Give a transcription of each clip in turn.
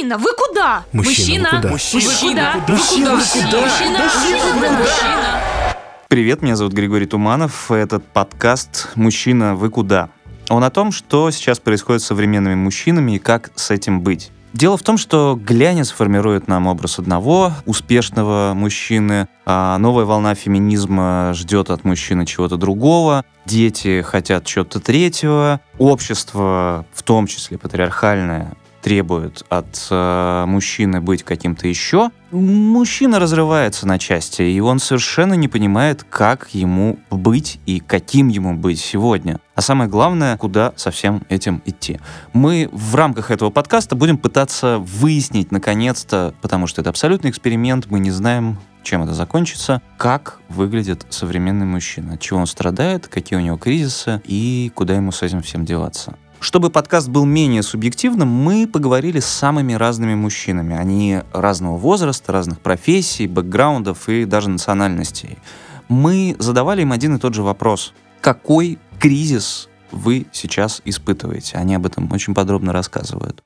Мужчина, вы куда? Мужчина, вы куда? Мужчина. Привет, меня зовут Григорий Туманов. Этот подкаст «Мужчина, вы куда?». Он о том, что сейчас происходит с современными мужчинами и как с этим быть. Дело в том, что глянец формирует нам образ одного успешного мужчины, а новая волна феминизма ждет от мужчины чего-то другого, дети хотят чего-то третьего, общество, в том числе патриархальное, требует от мужчины быть каким-то еще. Мужчина разрывается на части, и он совершенно не понимает, как ему быть и каким ему быть сегодня. А самое главное, куда со всем этим идти. Мы в рамках этого подкаста будем пытаться выяснить, наконец-то, потому что это абсолютный эксперимент, мы не знаем, чем это закончится, как выглядит современный мужчина, от чего он страдает, какие у него кризисы и куда ему с этим всем деваться. Чтобы подкаст был менее субъективным, мы поговорили с самыми разными мужчинами. Они разного возраста, разных профессий, бэкграундов и даже национальностей. Мы задавали им один и тот же вопрос. Какой кризис вы сейчас испытываете? Они об этом очень подробно рассказывают.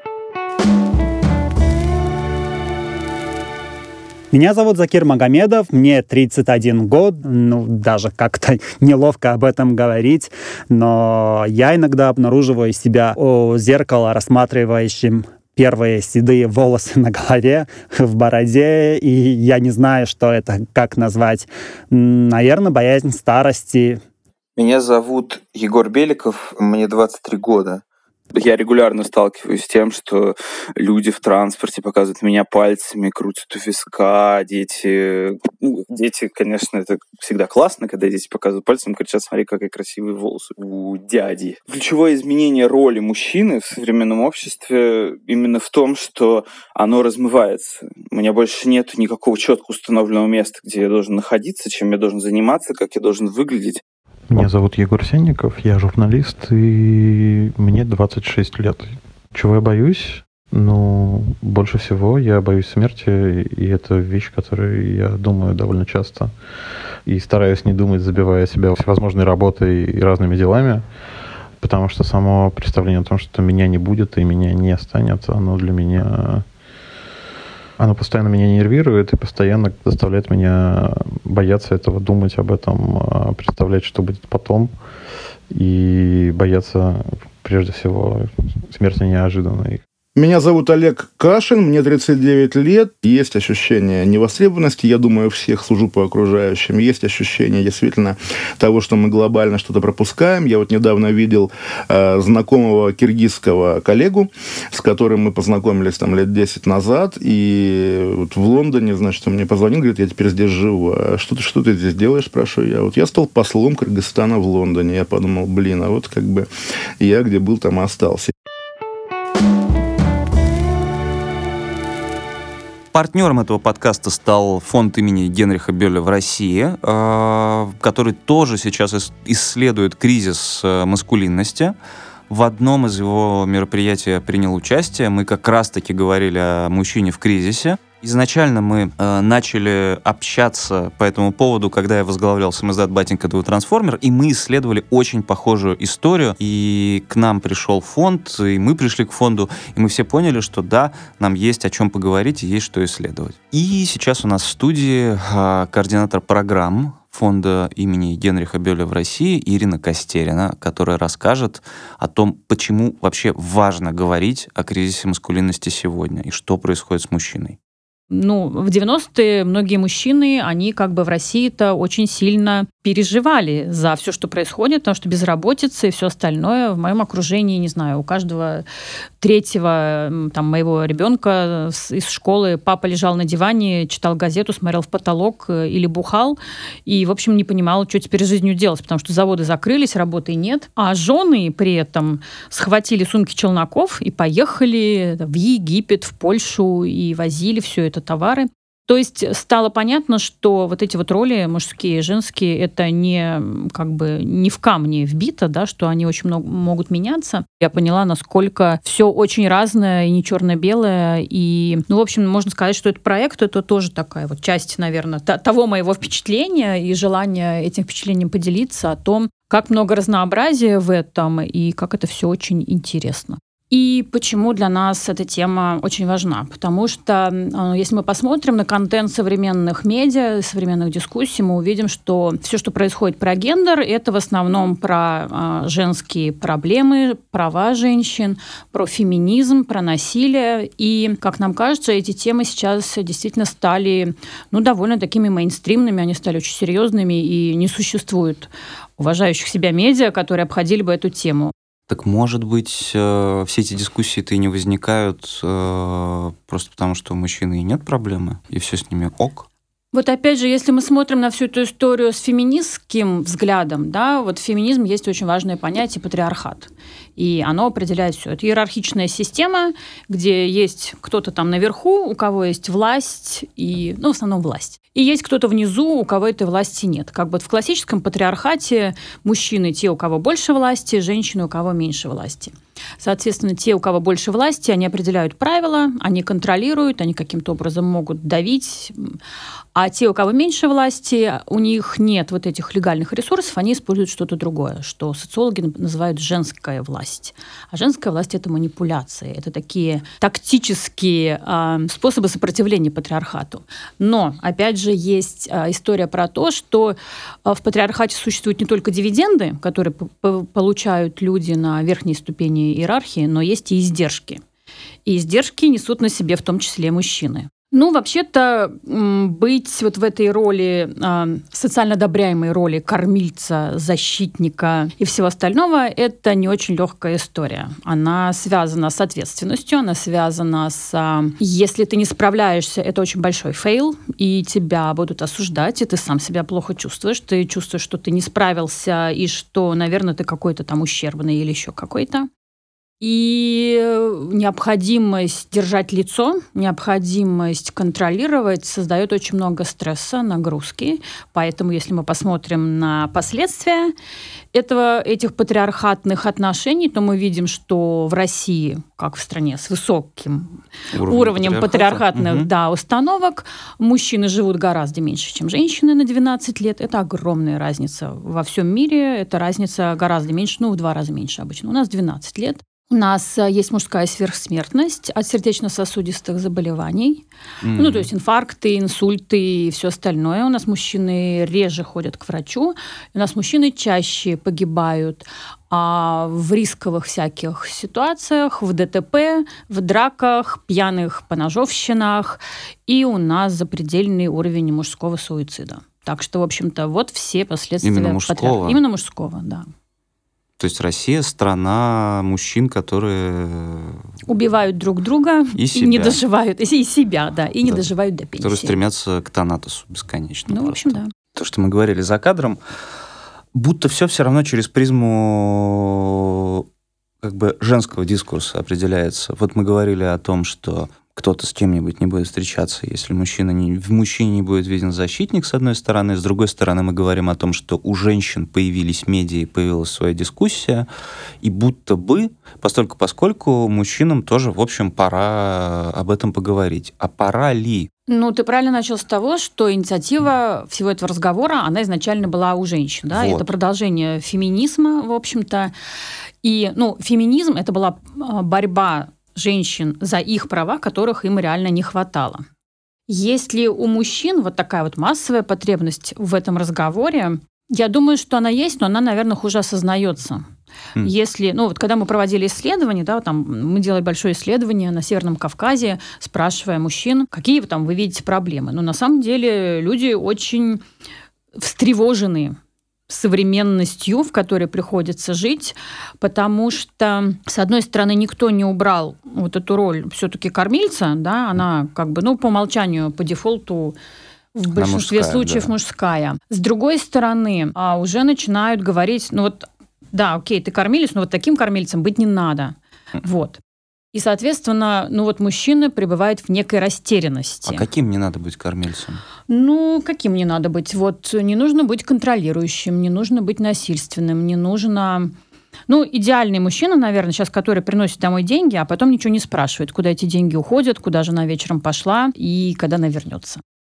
Меня зовут Закир Магомедов, мне 31 год, даже как-то неловко об этом говорить, но я иногда обнаруживаю себя у зеркала, рассматривающим первые седые волосы на голове, в бороде, и я не знаю, что это, как назвать. Наверное, боязнь старости. Меня зовут Егор Беликов, мне 23 года. Я регулярно сталкиваюсь с тем, что люди в транспорте показывают меня пальцами, крутят у виска, дети, конечно, это всегда классно, когда дети показывают пальцем, кричат: смотри, какие красивые волосы у дяди. Ключевое изменение роли мужчины в современном обществе именно в том, что оно размывается. У меня больше нет никакого четко установленного места, где я должен находиться, чем я должен заниматься, как я должен выглядеть. Меня зовут Егор Сенников, я журналист, и мне 26 лет. Чего я боюсь? Больше всего я боюсь смерти, и это вещь, которую я думаю довольно часто. И стараюсь не думать, забивая себя всевозможной работой и разными делами, потому что само представление о том, что меня не будет и меня не станет, оно для меня... Оно постоянно меня нервирует и постоянно заставляет меня бояться этого, думать об этом, представлять, что будет потом, и бояться, прежде всего, смерти неожиданной. Меня зовут Олег Кашин, мне 39 лет. Есть ощущение невостребованности, я думаю, всех, сужу по окружающим. Есть ощущение действительно того, что мы глобально что-то пропускаем. Я вот недавно видел знакомого киргизского коллегу, с которым мы познакомились там лет 10 назад. И вот в Лондоне, значит, он мне позвонил, говорит: я теперь здесь живу. А что ты здесь делаешь, спрашиваю я. Вот я стал послом Кыргызстана в Лондоне. Я подумал, а вот как бы я где был, там и остался. Партнером этого подкаста стал фонд имени Генриха Бёля в России, который тоже сейчас исследует кризис маскулинности. В одном из его мероприятий я принял участие. Мы как раз-таки говорили о мужчине в кризисе. Изначально мы начали общаться по этому поводу, когда я возглавлял самиздат «Батенька ТВ Трансформер», и мы исследовали очень похожую историю. И к нам пришел фонд, и мы пришли к фонду, и мы все поняли, что да, нам есть о чем поговорить и есть что исследовать. И сейчас у нас в студии координатор программ фонда имени Генриха Бёля в России Ирина Костерина, которая расскажет о том, почему вообще важно говорить о кризисе маскулинности сегодня и что происходит с мужчиной. В 90-е многие мужчины, они как бы в России-то очень сильно переживали за все, что происходит, потому что безработица и все остальное в моем окружении, не знаю, у каждого третьего моего ребенка из школы папа лежал на диване, читал газету, смотрел в потолок или бухал, и, в общем, не понимал, что теперь с жизнью делать, потому что заводы закрылись, работы нет, а жены при этом схватили сумки челноков и поехали в Египет, в Польшу и возили все это товары. То есть стало понятно, что вот эти вот роли мужские и женские, это не в камне вбито, да, что они очень много могут меняться. Я поняла, насколько все очень разное и не черно-белое. И, в общем, можно сказать, что этот проект — это тоже такая вот часть, наверное, того моего впечатления и желания этим впечатлением поделиться о том, как много разнообразия в этом и как это все очень интересно. И почему для нас эта тема очень важна? Потому что если мы посмотрим на контент современных медиа, современных дискуссий, мы увидим, что все, что происходит про гендер, это в основном про женские проблемы, права женщин, про феминизм, про насилие. И, как нам кажется, эти темы сейчас действительно стали довольно такими мейнстримными, они стали очень серьезными, и не существует уважающих себя медиа, которые обходили бы эту тему. Так, может быть, все эти дискуссии-то и не возникают просто потому, что у мужчины и нет проблемы, и все с ними ок? Вот опять же, если мы смотрим на всю эту историю с феминистским взглядом, да, вот феминизм есть очень важное понятие патриархат. И оно определяет все. Это иерархичная система, где есть кто-то там наверху, у кого есть власть, и, в основном власть. И есть кто-то внизу, у кого этой власти нет. Как бы в классическом патриархате мужчины те, у кого больше власти, женщины, у кого меньше власти. Соответственно, те, у кого больше власти, они определяют правила, они контролируют, они каким-то образом могут давить. А те, у кого меньше власти, у них нет вот этих легальных ресурсов, они используют что-то другое, что социологи называют женская власть. А женская власть – это манипуляции, это такие тактические способы сопротивления патриархату. Но, опять же, есть история про то, что в патриархате существуют не только дивиденды, которые получают люди на верхней ступени иерархии, но есть и издержки. И издержки несут на себе в том числе мужчины. Вообще-то, быть вот в этой роли, социально одобряемой роли кормильца, защитника и всего остального, это не очень легкая история. Она связана с ответственностью, она связана с... Если ты не справляешься, это очень большой фейл, и тебя будут осуждать, и ты сам себя плохо чувствуешь, ты чувствуешь, что ты не справился, и что, наверное, ты какой-то там ущербный или еще какой-то. И необходимость держать лицо, необходимость контролировать создает очень много стресса, нагрузки. Поэтому, если мы посмотрим на последствия этих патриархатных отношений, то мы видим, что в России, как в стране с высоким уровнем патриархатных установок, мужчины живут гораздо меньше, чем женщины на 12 лет. Это огромная разница. Во всем мире эта разница гораздо меньше, в 2 раза меньше обычно. У нас 12 лет. У нас есть мужская сверхсмертность от сердечно-сосудистых заболеваний. То есть инфаркты, инсульты и все остальное. У нас мужчины реже ходят к врачу. У нас мужчины чаще погибают в рисковых всяких ситуациях, в ДТП, в драках, пьяных поножовщинах. И у нас запредельный уровень мужского суицида. Так что, в общем-то, вот все последствия. Именно мужского? Именно мужского, да. То есть Россия — страна мужчин, которые... Убивают друг друга и не доживают. И себя, да, и не доживают до пенсии. Которые стремятся к Танатосу бесконечно. В общем, да. То, что мы говорили за кадром, будто все равно через призму женского дискурса определяется. Вот мы говорили о том, что кто-то с кем-нибудь не будет встречаться, если в мужчине не будет виден защитник, с одной стороны. С другой стороны, мы говорим о том, что у женщин появились медиа и появилась своя дискуссия, и будто бы, поскольку мужчинам тоже, в общем, пора об этом поговорить. А пора ли? Ты правильно начал с того, что инициатива всего этого разговора, она изначально была у женщин. Да? Вот. Это продолжение феминизма, в общем-то. И феминизм – это была борьба женщин за их права, которых им реально не хватало. Есть ли у мужчин вот такая вот массовая потребность в этом разговоре? Я думаю, что она есть, но она, наверное, хуже осознается. Если, когда мы проводили исследования, мы делали большое исследование на Северном Кавказе, спрашивая мужчин, какие вы видите проблемы. На самом деле люди очень встревожены современностью, в которой приходится жить, потому что, с одной стороны, никто не убрал вот эту роль все-таки кормильца, да, она по умолчанию, по дефолту в большинстве случаев мужская. С другой стороны, уже начинают говорить, окей, ты кормилец, но вот таким кормильцем быть не надо. Вот. И, соответственно, мужчина пребывает в некой растерянности. А каким не надо быть кормильцем? Каким не надо быть? Не нужно быть контролирующим, не нужно быть насильственным, не нужно... идеальный мужчина, наверное, сейчас, который приносит домой деньги, а потом ничего не спрашивает, куда эти деньги уходят, куда жена вечером пошла и когда она вернется.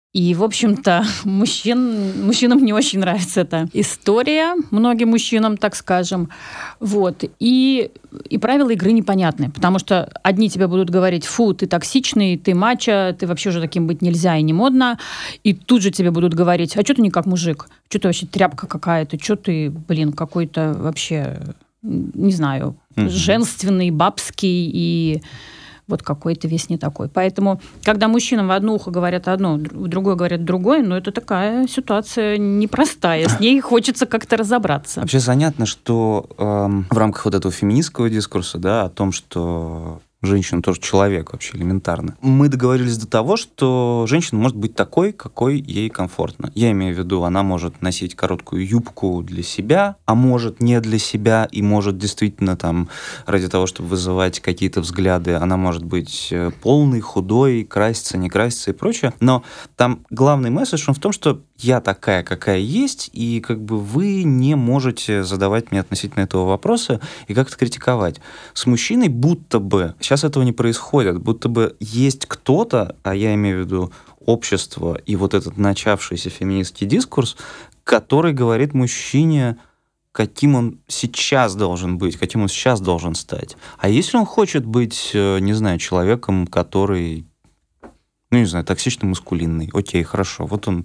И, в общем-то, мужчинам не очень нравится эта история, многим мужчинам, так скажем. Вот. И правила игры непонятны, потому что одни тебе будут говорить: фу, ты токсичный, ты мачо, ты вообще уже таким быть нельзя и не модно. И тут же тебе будут говорить: а что ты не как мужик? Что ты вообще тряпка какая-то? Что ты, какой-то вообще, не знаю, женственный, бабский и... вот какой-то весь не такой. Поэтому, когда мужчинам в одно ухо говорят одно, в другое говорят другое, это такая ситуация непростая. С ней хочется как-то разобраться. Вообще занятно, что в рамках вот этого феминистского дискурса, да, о том, что женщина тоже человек вообще элементарно, мы договорились до того, что женщина может быть такой, какой ей комфортно. Я имею в виду, она может носить короткую юбку для себя, а может не для себя, и может действительно там ради того, чтобы вызывать какие-то взгляды, она может быть полной, худой, краситься, не краситься и прочее. Но там главный месседж он в том, что я такая, какая есть, и как бы вы не можете задавать мне относительно этого вопроса и как-то критиковать. С мужчиной будто бы сейчас этого не происходит, будто бы есть кто-то, а я имею в виду общество и вот этот начавшийся феминистский дискурс, который говорит мужчине, каким он сейчас должен быть, каким он сейчас должен стать. А если он хочет быть, не знаю, человеком, который, не знаю, токсично-маскулинный, окей, хорошо,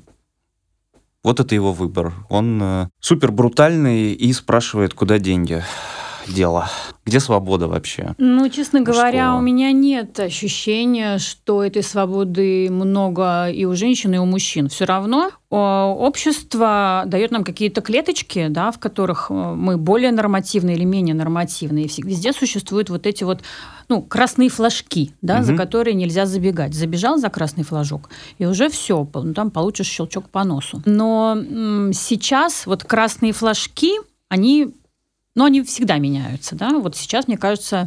вот это его выбор. Он супер брутальный и спрашивает, куда деньги. Дело. Где свобода вообще? Честно говоря, у меня нет ощущения, что этой свободы много и у женщин, и у мужчин. Все равно общество дает нам какие-то клеточки, да, в которых мы более нормативные или менее нормативные. И везде существуют вот эти вот красные флажки, да, за которые нельзя забегать. Забежал за красный флажок, и уже все, там получишь щелчок по носу. Но сейчас вот красные флажки, они всегда меняются, да. Вот сейчас, мне кажется,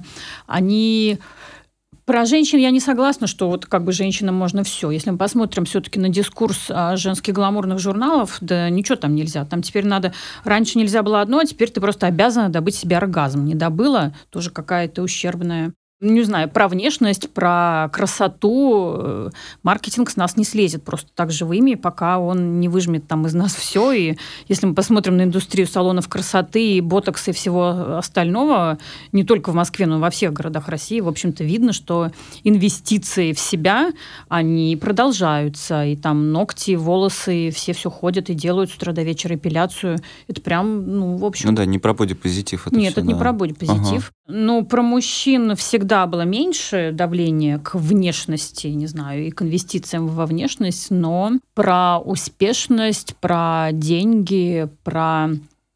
Про женщин я не согласна, что вот как бы женщинам можно все. Если мы посмотрим все-таки на дискурс женских гламурных журналов, да ничего там нельзя. Там теперь надо... Раньше нельзя было одно, а теперь ты просто обязана добыть себе оргазм. Не добыла, тоже какая-то ущербная... Не знаю, про внешность, про красоту маркетинг с нас не слезет просто так живыми, пока он не выжмет там из нас все. И если мы посмотрим на индустрию салонов красоты, и ботокса и всего остального, не только в Москве, но и во всех городах России, в общем-то, видно, что инвестиции в себя, они продолжаются. И там ногти, волосы, все ходят и делают с утра до вечера эпиляцию. Это прям, в общем... не про бодипозитив. Нет, это не про бодипозитив. Но про мужчин всегда было меньше давления к внешности, не знаю, и к инвестициям во внешность, но про успешность, про деньги, про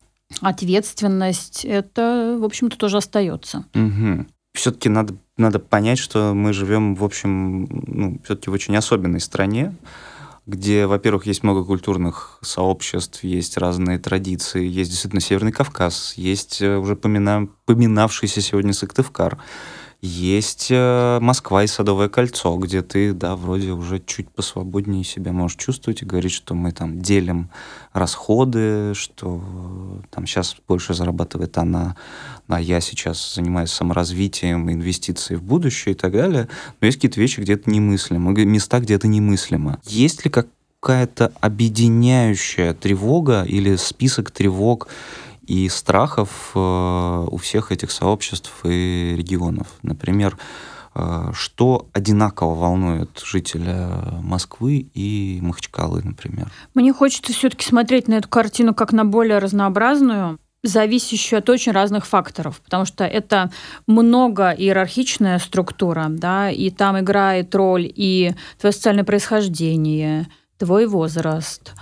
ответственность, это, в общем-то, тоже остается. Все-таки надо понять, что мы живем, в общем, все-таки в очень особенной стране, где, во-первых, есть много культурных сообществ, есть разные традиции, есть действительно Северный Кавказ, есть уже поминавшийся сегодня Сыктывкар, есть Москва и Садовое кольцо, где ты, да, вроде уже чуть посвободнее себя можешь чувствовать и говорить, что мы там делим расходы, что там сейчас больше зарабатывает она, а я сейчас занимаюсь саморазвитием, инвестицией в будущее и так далее. Но есть какие-то вещи, где это немыслимо, места, где это немыслимо. Есть ли какая-то объединяющая тревога или список тревог и страхов у всех этих сообществ и регионов? Например, что одинаково волнует жителя Москвы и Махачкалы, например? Мне хочется все-таки смотреть на эту картину как на более разнообразную, зависящую от очень разных факторов, потому что это многоиерархичная структура, да, и там играет роль и твое социальное происхождение, твой возраст,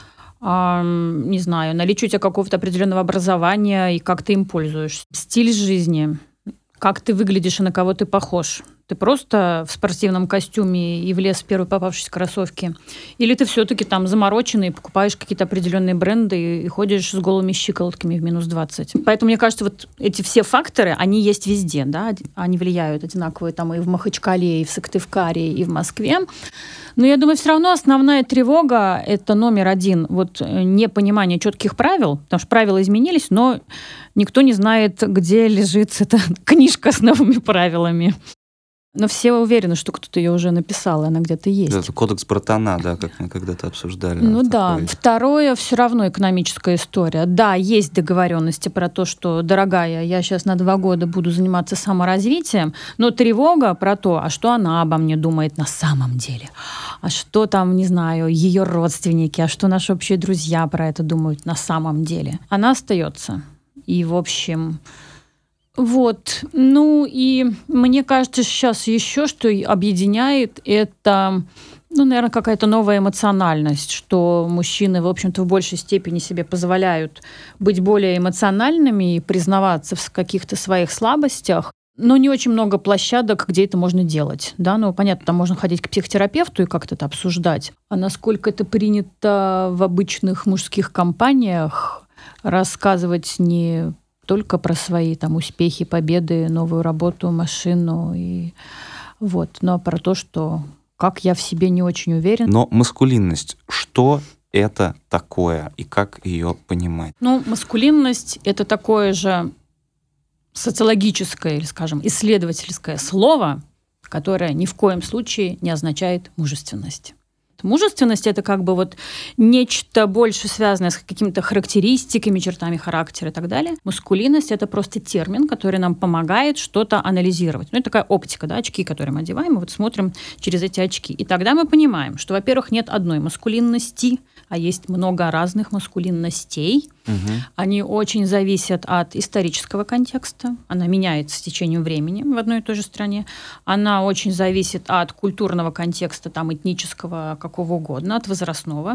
не знаю, наличие у тебя какого-то определенного образования и как ты им пользуешься, стиль жизни, как ты выглядишь и на кого ты похож. Ты просто в спортивном костюме и влез в первые попавшиеся кроссовки? Или ты все-таки там замороченный, покупаешь какие-то определенные бренды и ходишь с голыми щиколотками в минус 20? Поэтому, мне кажется, вот эти все факторы, они есть везде, да? Они влияют одинаково там и в Махачкале, и в Сыктывкаре, и в Москве. Но я думаю, все равно основная тревога — это номер один. Вот непонимание четких правил, потому что правила изменились, но никто не знает, где лежит эта книжка с новыми правилами. Но все уверены, что кто-то ее уже написал, и она где-то есть. Это кодекс Братана, да, как мы когда-то обсуждали. Ну такой. да. Второе, все равно экономическая история. Да, есть договоренности про то, что, дорогая, я сейчас на 2 года буду заниматься саморазвитием, но тревога про то, а что она обо мне думает на самом деле, а что там, не знаю, ее родственники, а что наши общие друзья про это думают на самом деле, она остается. И, в общем... Вот. Ну и мне кажется, сейчас еще что объединяет, это, наверное, какая-то новая эмоциональность, что мужчины, в общем-то, в большей степени себе позволяют быть более эмоциональными и признаваться в каких-то своих слабостях. Но не очень много площадок, где это можно делать. Да? Ну, понятно, там можно ходить к психотерапевту и как-то это обсуждать. А насколько это принято в обычных мужских компаниях, рассказывать не только про свои там успехи, победы, новую работу, машину и вот, но про то, что как я в себе не очень уверен. Но маскулинность, что это такое и как ее понимать? Ну, маскулинность — это такое же социологическое или, скажем, исследовательское слово, которое ни в коем случае не означает мужественность. Мужественность — это как бы вот нечто больше связанное с какими-то характеристиками, чертами характера и так далее. Маскулинность — это просто термин, который нам помогает что-то анализировать. Ну, это такая оптика, да, очки, которые мы одеваем, и вот смотрим через эти очки. И тогда мы понимаем, что, во-первых, нет одной маскулинности, а есть много разных маскулинностей. Они очень зависят от исторического контекста. Она меняется с течением времени в одной и той же стране. Она очень зависит от культурного контекста, там, этнического, какого угодно, от возрастного.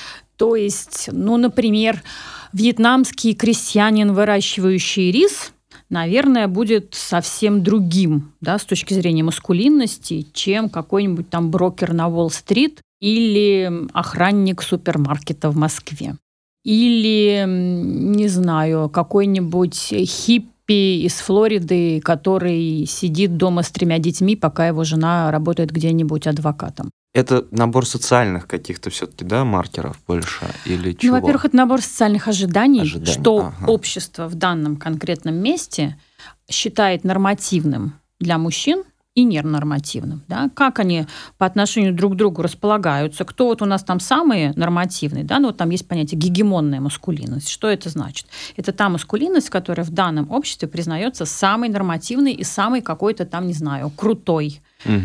То есть, ну, например, вьетнамский крестьянин, выращивающий рис, наверное, будет совсем другим, да, с точки зрения маскулинности, чем какой-нибудь там брокер на Уолл-стрит или охранник супермаркета в Москве. Или, не знаю, какой-нибудь хиппи из Флориды, который сидит дома с 3 детьми, пока его жена работает где-нибудь адвокатом. Это набор социальных каких-то все-таки, да, маркеров больше или чего? Ну, во-первых, это набор социальных ожиданий, что общество в данном конкретном месте считает нормативным для мужчин и ненормативным. Да? Как они по отношению друг к другу располагаются, кто вот у нас там самые нормативные, да? Ну, вот там есть понятие гегемонная маскулинность. Что это значит? Это та маскулинность, которая в данном обществе признается самой нормативной и самой какой-то там, не знаю, крутой.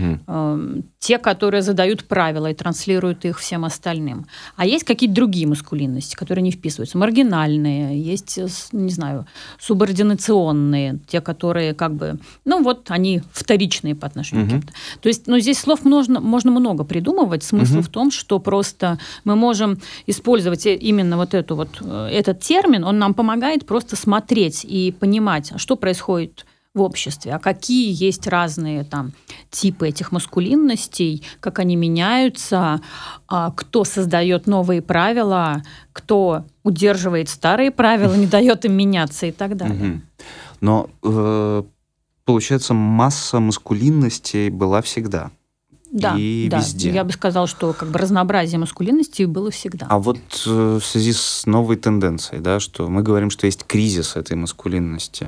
Те, которые задают правила и транслируют их всем остальным. А есть какие-то другие маскулинности, которые не вписываются. Маргинальные, есть, не знаю, субординационные, те, которые как бы, ну вот они вторичные по отношению к кем-то. То есть, ну, здесь слов можно много придумывать. Смысл в том, что просто мы можем использовать именно вот этот термин, он нам помогает просто смотреть и понимать, что происходит в обществе, а какие есть разные там типы этих маскулинностей, как они меняются, кто создает новые правила, кто удерживает старые правила, не дает им меняться и так далее. Но получается, масса маскулинностей была всегда. Да, и везде. Я бы сказала, что как бы разнообразие маскулинности было всегда. А вот в связи с новой тенденцией, да, что мы говорим, что есть кризис этой маскулинности,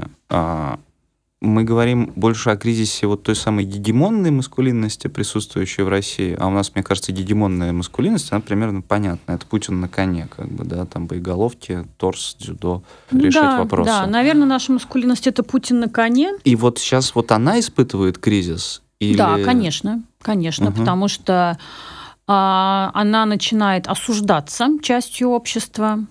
мы говорим больше о кризисе вот той самой гегемонной маскулинности, присутствующей в России. А у нас, мне кажется, гегемонная маскулинность, она примерно понятна. Это Путин на коне, как бы, да, там боеголовки, торс, дзюдо, решать вопросы. Да, наверное, наша маскулинность — это Путин на коне. И вот сейчас вот она испытывает кризис? Или... Да, конечно, потому что она начинает осуждаться частью общества.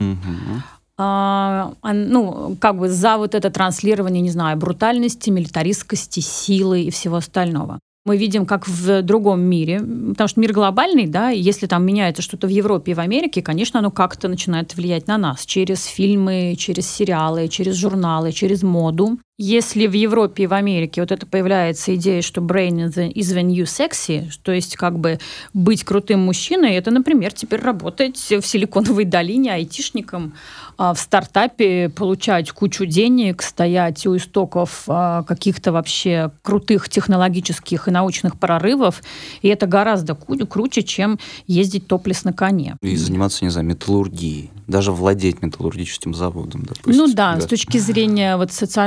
Ну, как бы за вот это транслирование, не знаю, брутальности, милитаристскости, силы и всего остального. Мы видим, как в другом мире, потому что мир глобальный, да, и если там меняется что-то в Европе и в Америке, конечно, оно как-то начинает влиять на нас через фильмы, через сериалы, через журналы, через моду. Если в Европе и в Америке вот это появляется идея, что brain is the new sexy, то есть как бы быть крутым мужчиной, это, например, теперь работать в Силиконовой долине айтишником, в стартапе, получать кучу денег, стоять у истоков каких-то вообще крутых технологических и научных прорывов, и это гораздо круче, чем ездить топлес на коне. И заниматься, не знаю, металлургией, даже владеть металлургическим заводом, допустим. Ну да, с точки зрения вот социального успеха,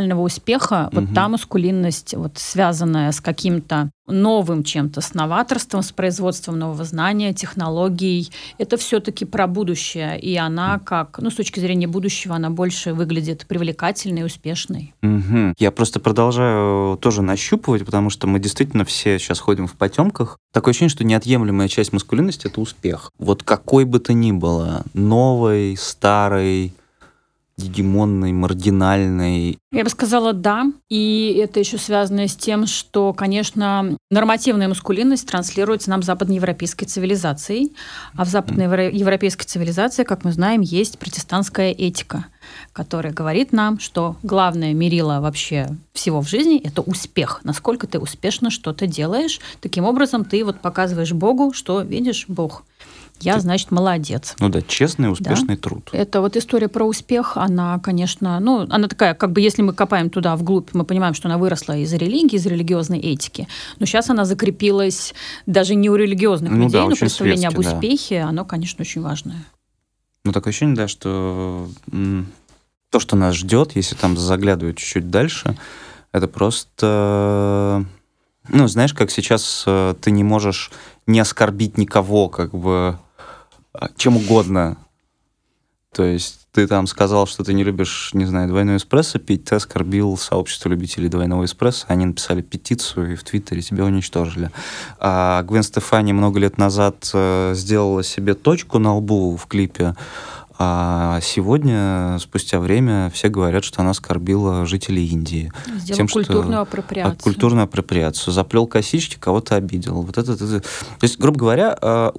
успеха, вот та маскулинность, вот связанная с каким-то новым чем-то, с новаторством, с производством нового знания, технологий, это все-таки про будущее. И она как, с точки зрения будущего, она больше выглядит привлекательной и успешной. Я просто продолжаю тоже нащупывать, потому что мы действительно все сейчас ходим в потемках. Такое ощущение, что неотъемлемая часть маскулинности — это успех. Вот какой бы то ни было, новый, старый, гегемонный, маргинальный. Я бы сказала, да. И это еще связано с тем, что, конечно, нормативная маскулинность транслируется нам западноевропейской цивилизацией. А в западноевропейской цивилизации, как мы знаем, есть протестантская этика, которая говорит нам, что главное мерило вообще всего в жизни — это успех. Насколько ты успешно что-то делаешь. Таким образом, ты вот показываешь Богу, что, видишь, Бог, я, значит, молодец. Ну да, честный, успешный труд. Это вот история про успех, она, конечно, она такая, как бы, если мы копаем туда вглубь, мы понимаем, что она выросла из религии, из религиозной этики. Но сейчас она закрепилась даже не у религиозных людей, но представление об успехе, оно, конечно, очень важное. Такое ощущение, да, что то, что нас ждет, если там заглядывать чуть-чуть дальше, это просто... знаешь, как сейчас ты не можешь не оскорбить никого, как бы, чем угодно. То есть ты там сказал, что ты не любишь, не знаю, двойной эспрессо пить, ты оскорбил сообщество любителей двойного эспрессо, они написали петицию и в Твиттере тебя уничтожили. А Гвен Стефани много лет назад сделала себе точку на лбу в клипе, а сегодня, спустя время, все говорят, что она оскорбила жителей Индии. Сделала культурную апроприацию. Культурную апроприацию. Заплел косички, кого-то обидел. Вот это. То есть, грубо говоря,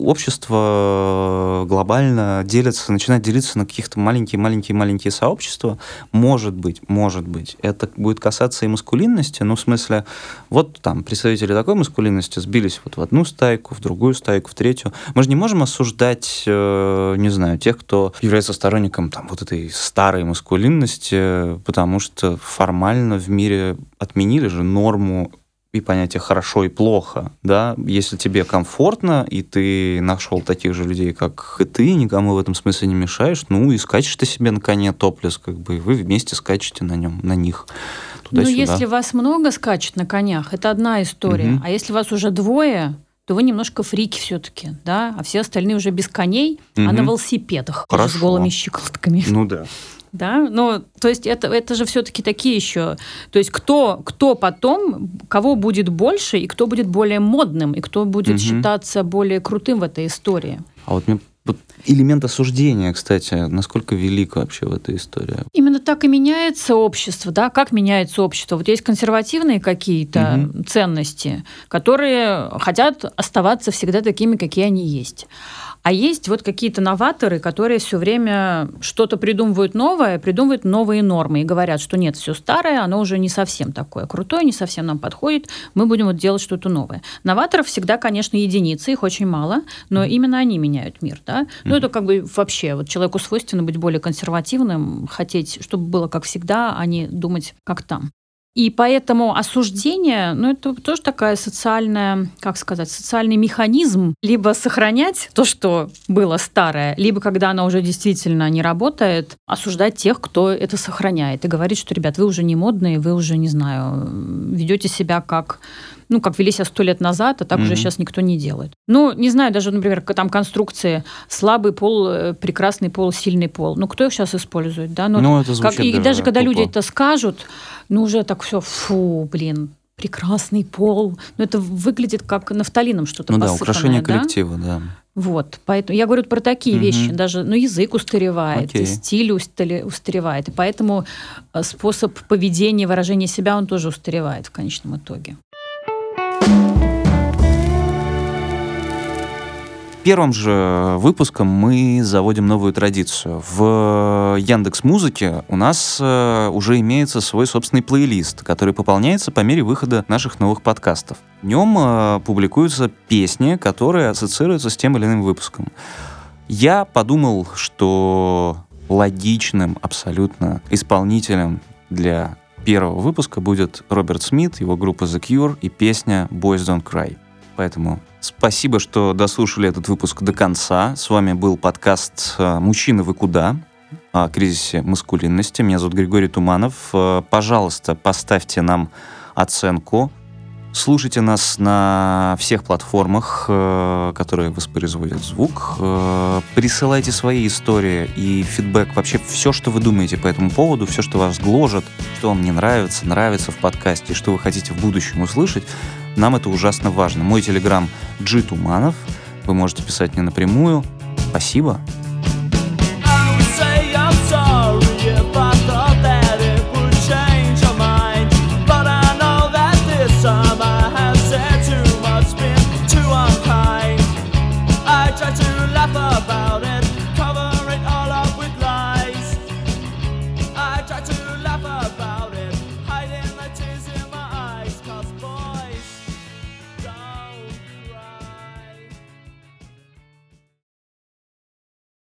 общество глобально начинает делиться на каких-то маленькие сообщества. Может быть, это будет касаться и маскулинности, в смысле, вот там представители такой маскулинности сбились вот в одну стайку, в другую стайку, в третью. Мы же не можем осуждать, не знаю, тех, кто является сторонником там вот этой старой маскулинности, потому что формально в мире отменили же норму и понятие «хорошо» и «плохо», да? Если тебе комфортно, и ты нашел таких же людей, как и ты, никому в этом смысле не мешаешь, и скачешь ты себе на коне топлес, как бы, и вы вместе скачете на них. Туда-сюда. Если вас много скачет на конях, это одна история. А если вас уже двое, то вы немножко фрики все-таки, да, а все остальные уже без коней, а на велосипедах, с голыми щиколотками. Да. Да, то есть это же все-таки такие еще, то есть кто потом, кого будет больше, и кто будет более модным, и кто будет считаться более крутым в этой истории. А вот мне элемент осуждения, кстати, насколько велик вообще в этой истории? Именно так и меняется общество, да, как меняется общество. Вот есть консервативные какие-то ценности, которые хотят оставаться всегда такими, какие они есть. А есть вот какие-то новаторы, которые все время что-то придумывают новые нормы и говорят, что нет, все старое, оно уже не совсем такое крутое, не совсем нам подходит, мы будем вот делать что-то новое. Новаторов всегда, конечно, единицы, их очень мало, но именно они меняют мир, да. Это как бы вообще, вот человеку свойственно быть более консервативным, хотеть, чтобы было как всегда, а не думать как там. И поэтому осуждение, это тоже такая социальная, социальный механизм. Либо сохранять то, что было старое, либо, когда оно уже действительно не работает, осуждать тех, кто это сохраняет. И говорить, что, ребят, вы уже не модные, вы уже, не знаю, ведете себя как вели себя 100 лет назад, а так уже сейчас никто не делает. Не знаю, даже, например, там конструкции слабый пол, прекрасный пол, сильный пол. Кто их сейчас использует? Да? Это звучит и даже когда люди это скажут, уже так все, прекрасный пол. Это выглядит как нафталином что-то посыпанное. Украшение коллектива, да. Вот, поэтому я говорю про такие вещи. Даже язык устаревает, и стиль устаревает. И поэтому способ поведения, выражения себя, он тоже устаревает в конечном итоге. Первым же выпуском мы заводим новую традицию. В Яндекс.Музыке у нас уже имеется свой собственный плейлист, который пополняется по мере выхода наших новых подкастов. В нем публикуются песни, которые ассоциируются с тем или иным выпуском. Я подумал, что логичным абсолютно исполнителем для первого выпуска будет Роберт Смит, его группа The Cure и песня Boys Don't Cry. Поэтому спасибо, что дослушали этот выпуск до конца. С вами был подкаст «Мужчина, вы куда?». о кризисе маскулинности. Меня зовут Григорий Туманов. Пожалуйста, поставьте нам оценку. Слушайте нас на всех платформах, которые воспроизводят звук. Присылайте свои истории и фидбэк. Вообще все, что вы думаете по этому поводу, все, что вас гложет, что вам не нравится, нравится в подкасте, что вы хотите в будущем услышать, нам это ужасно важно. Мой телеграм G Туманов. Вы можете писать мне напрямую. Спасибо.